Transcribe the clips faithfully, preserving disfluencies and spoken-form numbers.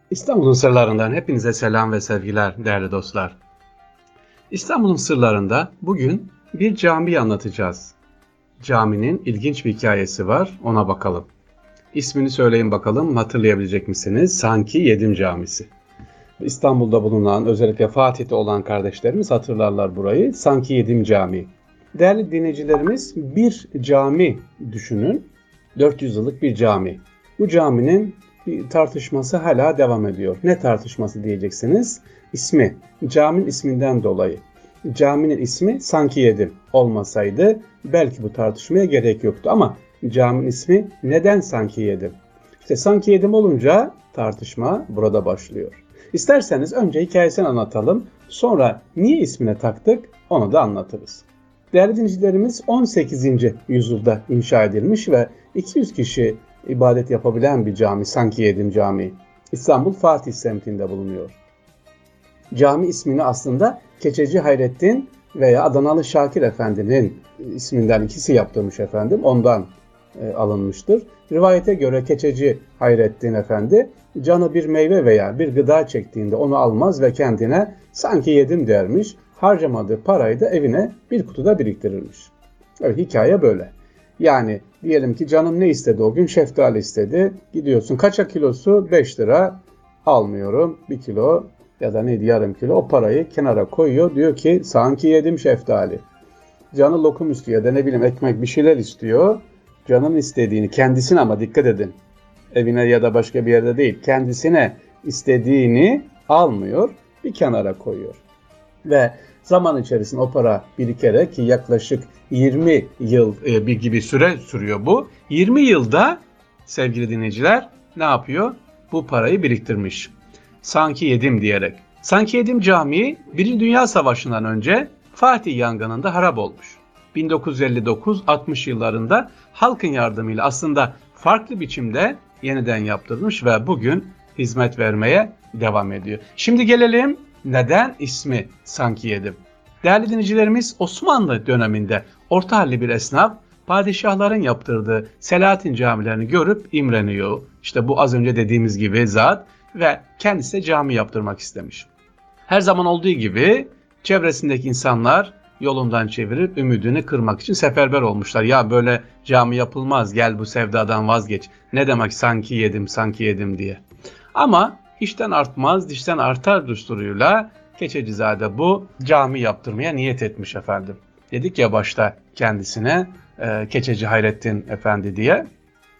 İstanbul'un sırlarından hepinize selam ve sevgiler değerli dostlar. İstanbul'un sırlarında bugün bir cami anlatacağız. Caminin ilginç bir hikayesi var, ona bakalım. İsmini söyleyin bakalım, hatırlayabilecek misiniz? Sanki Yedim Camisi. İstanbul'da bulunan, özellikle Fatih'te olan kardeşlerimiz hatırlarlar burayı. Sanki Yedim Camii. Değerli dinleyicilerimiz, bir cami düşünün. dört yüz yıllık bir cami. Bu caminin bir tartışması hala devam ediyor. Ne tartışması diyeceksiniz? İsmi. Caminin isminden dolayı. Caminin ismi Sanki Yedim olmasaydı belki bu tartışmaya gerek yoktu. Ama caminin ismi neden Sanki Yedim? İşte Sanki Yedim olunca tartışma burada başlıyor. İsterseniz önce hikayesini anlatalım. Sonra niye ismine taktık onu da anlatırız. Değerli dinleyicilerimiz, on sekizinci yüzyılda inşa edilmiş ve iki yüz kişi ibadet yapabilen bir cami, Sanki Yedim Camii. İstanbul Fatih semtinde bulunuyor. Cami ismini aslında Keçeci Hayrettin veya Adanalı Şakir Efendi'nin isminden ikisi yaptırmış efendim. Ondan e, alınmıştır. Rivayete göre Keçeci Hayrettin Efendi canı bir meyve veya bir gıda çektiğinde onu almaz ve kendine sanki yedim dermiş. Harcamadığı parayı da evine bir kutuda biriktirirmiş. Evet, hikaye böyle. Yani diyelim ki canım ne istedi o gün? Şeftali istedi. Gidiyorsun, kaça kilosu? beş lira. Almıyorum. bir kilo ya da neydi, yarım kilo. O parayı kenara koyuyor. Diyor ki sanki yedim şeftali. Canı lokum istiyor ya da ne bileyim ekmek, bir şeyler istiyor. Canın istediğini, kendisine, ama dikkat edin, evine ya da başka bir yerde değil, kendisine istediğini almıyor, bir kenara koyuyor. Ve zaman içerisinde o para birikerek, ki yaklaşık yirmi yıl e, bir gibi süre sürüyor bu. yirmi yılda sevgili dinleyiciler ne yapıyor? Bu parayı biriktirmiş. Sanki Yedim diyerek. Sanki Yedim Camii Birinci Dünya Savaşı'ndan önce Fatih yangınında harap olmuş. bin dokuz yüz elli dokuz altmış yıllarında halkın yardımıyla aslında farklı biçimde yeniden yaptırılmış ve bugün hizmet vermeye devam ediyor. Şimdi gelelim neden ismi Sanki Yedim? Değerli dinleyicilerimiz, Osmanlı döneminde orta halli bir esnaf padişahların yaptırdığı Selahattin camilerini görüp imreniyor. İşte bu az önce dediğimiz gibi zat ve kendisi de cami yaptırmak istemiş. Her zaman olduğu gibi çevresindeki insanlar yolundan çevirip ümidini kırmak için seferber olmuşlar. Ya böyle cami yapılmaz, gel bu sevdadan vazgeç. Ne demek sanki yedim, sanki yedim diye. Ama işten artmaz, dişten artar düsturuyla Keçecizade bu cami yaptırmaya niyet etmiş efendim. Dedik ya başta kendisine e, Keçeci Hayrettin Efendi diye. E,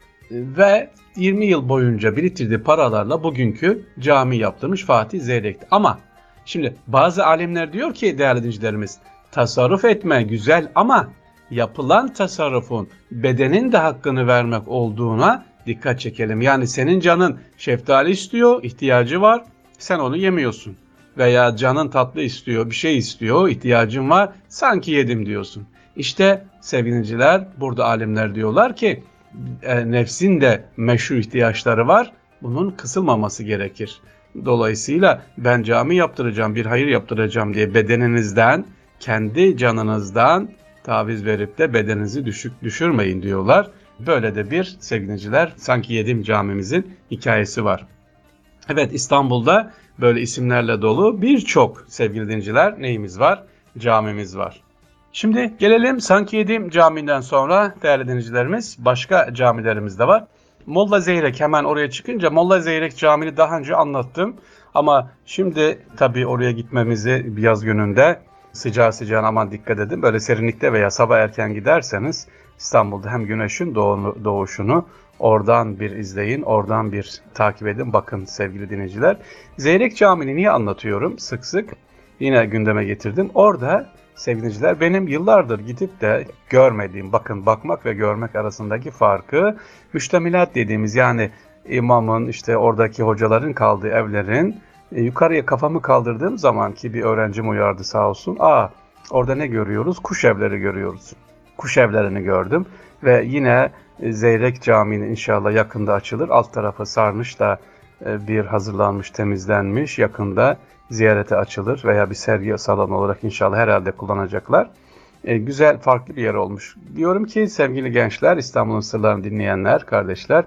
ve yirmi yıl boyunca biriktirdiği paralarla bugünkü cami yaptırmış Fatih Zeyrek'te. Ama şimdi bazı alimler diyor ki değerli dinleyicilerimiz, tasarruf etme güzel ama yapılan tasarrufun bedenin de hakkını vermek olduğuna dikkat çekelim. Yani senin canın şeftali istiyor, ihtiyacı var, sen onu yemiyorsun. Veya canın tatlı istiyor, bir şey istiyor, ihtiyacın var, sanki yedim diyorsun. İşte sevgiliciler, burada alimler diyorlar ki e, nefsin de meşru ihtiyaçları var, bunun kısılmaması gerekir. Dolayısıyla ben cami yaptıracağım, bir hayır yaptıracağım diye bedeninizden, kendi canınızdan taviz verip de bedeninizi düşük düşürmeyin diyorlar. Böyle de bir sevgiliciler Sanki Yedim camimizin hikayesi var. Evet, İstanbul'da böyle isimlerle dolu birçok sevgili dinleyiciler neyimiz var? Camimiz var. Şimdi gelelim Sanki Yedim Camii'nden sonra değerli dinleyicilerimiz başka camilerimiz de var. Molla Zeyrek, hemen oraya çıkınca Molla Zeyrek Camii'ni daha önce anlattım. Ama şimdi tabii oraya gitmemizi yaz gününde sıcağı sıcağına aman dikkat edin. Böyle serinlikte veya sabah erken giderseniz İstanbul'da hem güneşin doğuşunu oradan bir izleyin, oradan bir takip edin. Bakın sevgili dinleyiciler. Zeyrek Camii'ni niye anlatıyorum sık sık? Yine gündeme getirdim. Orada sevgili dinleyiciler benim yıllardır gidip de görmediğim, bakın bakmak ve görmek arasındaki farkı, müştemilat dediğimiz yani imamın işte oradaki hocaların kaldığı evlerin e, yukarıya kafamı kaldırdığım zaman ki bir öğrencim uyardı sağ olsun. Aa, orada ne görüyoruz? Kuş evleri görüyoruz. Kuş evlerini gördüm ve yine Zeyrek Camii'nin inşallah yakında açılır. Alt tarafı sarmış da bir hazırlanmış, temizlenmiş. Yakında ziyarete açılır veya bir sergi salonu olarak inşallah herhalde kullanacaklar. E, güzel, farklı bir yer olmuş. Diyorum ki sevgili gençler, İstanbul'un sırlarını dinleyenler, kardeşler,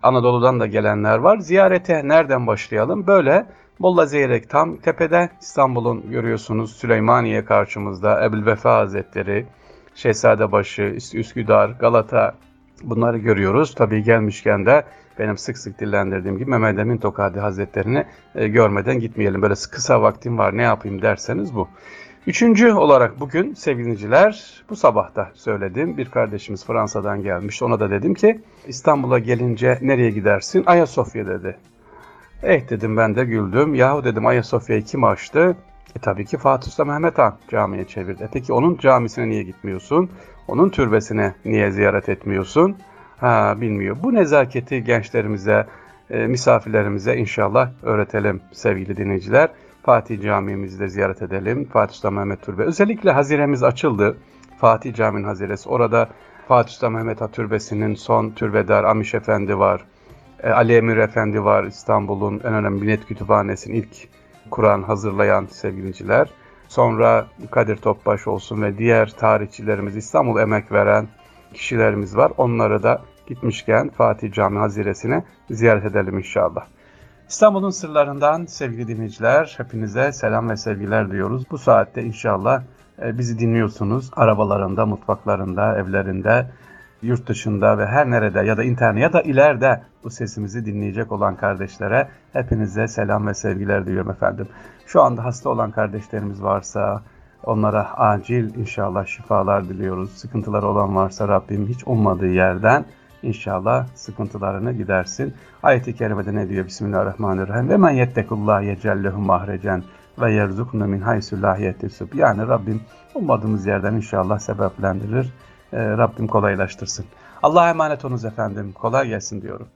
Anadolu'dan da gelenler var. Ziyarete nereden başlayalım? Böyle Molla Zeyrek tam tepede, İstanbul'un görüyorsunuz Süleymaniye karşımızda, Ebu'l-Vefa Hazretleri, Şehzadebaşı, Üsküdar, Galata, bunları görüyoruz. Tabii gelmişken de benim sık sık dillendirdiğim gibi Mehmed Emin Tokadi Hazretlerini e, görmeden gitmeyelim. Böyle kısa vaktim var, ne yapayım derseniz bu. Üçüncü olarak bugün sevgiliciler, bu sabah da söyledim, bir kardeşimiz Fransa'dan gelmiş. Ona da dedim ki İstanbul'a gelince nereye gidersin? Ayasofya dedi. Eh dedim, ben de güldüm. Yahu dedim, Ayasofya'yı kim açtı? E tabii ki Fatih Sultan Mehmet Han camiye çevirdi. E peki onun camisine niye gitmiyorsun? Onun türbesine niye ziyaret etmiyorsun? Ha, bilmiyor. Bu nezaketi gençlerimize, e, misafirlerimize inşallah öğretelim sevgili dinleyiciler. Fatih Camii'mizi de ziyaret edelim. Fatih Sultan Mehmet Türbe. Özellikle haziremiz açıldı. Fatih Camii'nin haziresi. Orada Fatih Sultan Mehmet Han Türbesi'nin son türbedar Amiş Efendi var. E, Ali Emir Efendi var. İstanbul'un en önemli Millet Kütüphanesi'nin ilk Kur'an hazırlayan sevgiliciler. Sonra Kadir Topbaş olsun ve diğer tarihçilerimiz, İstanbul emek veren kişilerimiz var. Onları da gitmişken Fatih Camii Haziresi'ne ziyaret edelim inşallah. İstanbul'un sırlarından sevgili dinleyiciler, hepinize selam ve sevgiler diyoruz. Bu saatte inşallah bizi dinliyorsunuz. Arabalarında, mutfaklarında, evlerinde, yurt dışında ve her nerede ya da internet ya da ileride bu sesimizi dinleyecek olan kardeşlere hepinize selam ve sevgiler diliyorum efendim. Şu anda hasta olan kardeşlerimiz varsa onlara acil inşallah şifalar diliyoruz. Sıkıntıları olan varsa Rabbim hiç ummadığı yerden İnşallah sıkıntılarını gidersin. Ayet-i kerimede ne diyor? Bismillahirrahmanirrahim. Ve men yettekullah yecellehu mahrecen ve yerzukna min haysu la yahtasib. Yani Rabbim ummadığımız yerden inşallah sebeplendirir. Ee, Rabbim kolaylaştırsın. Allah'a emanet olunuz efendim. Kolay gelsin diyorum.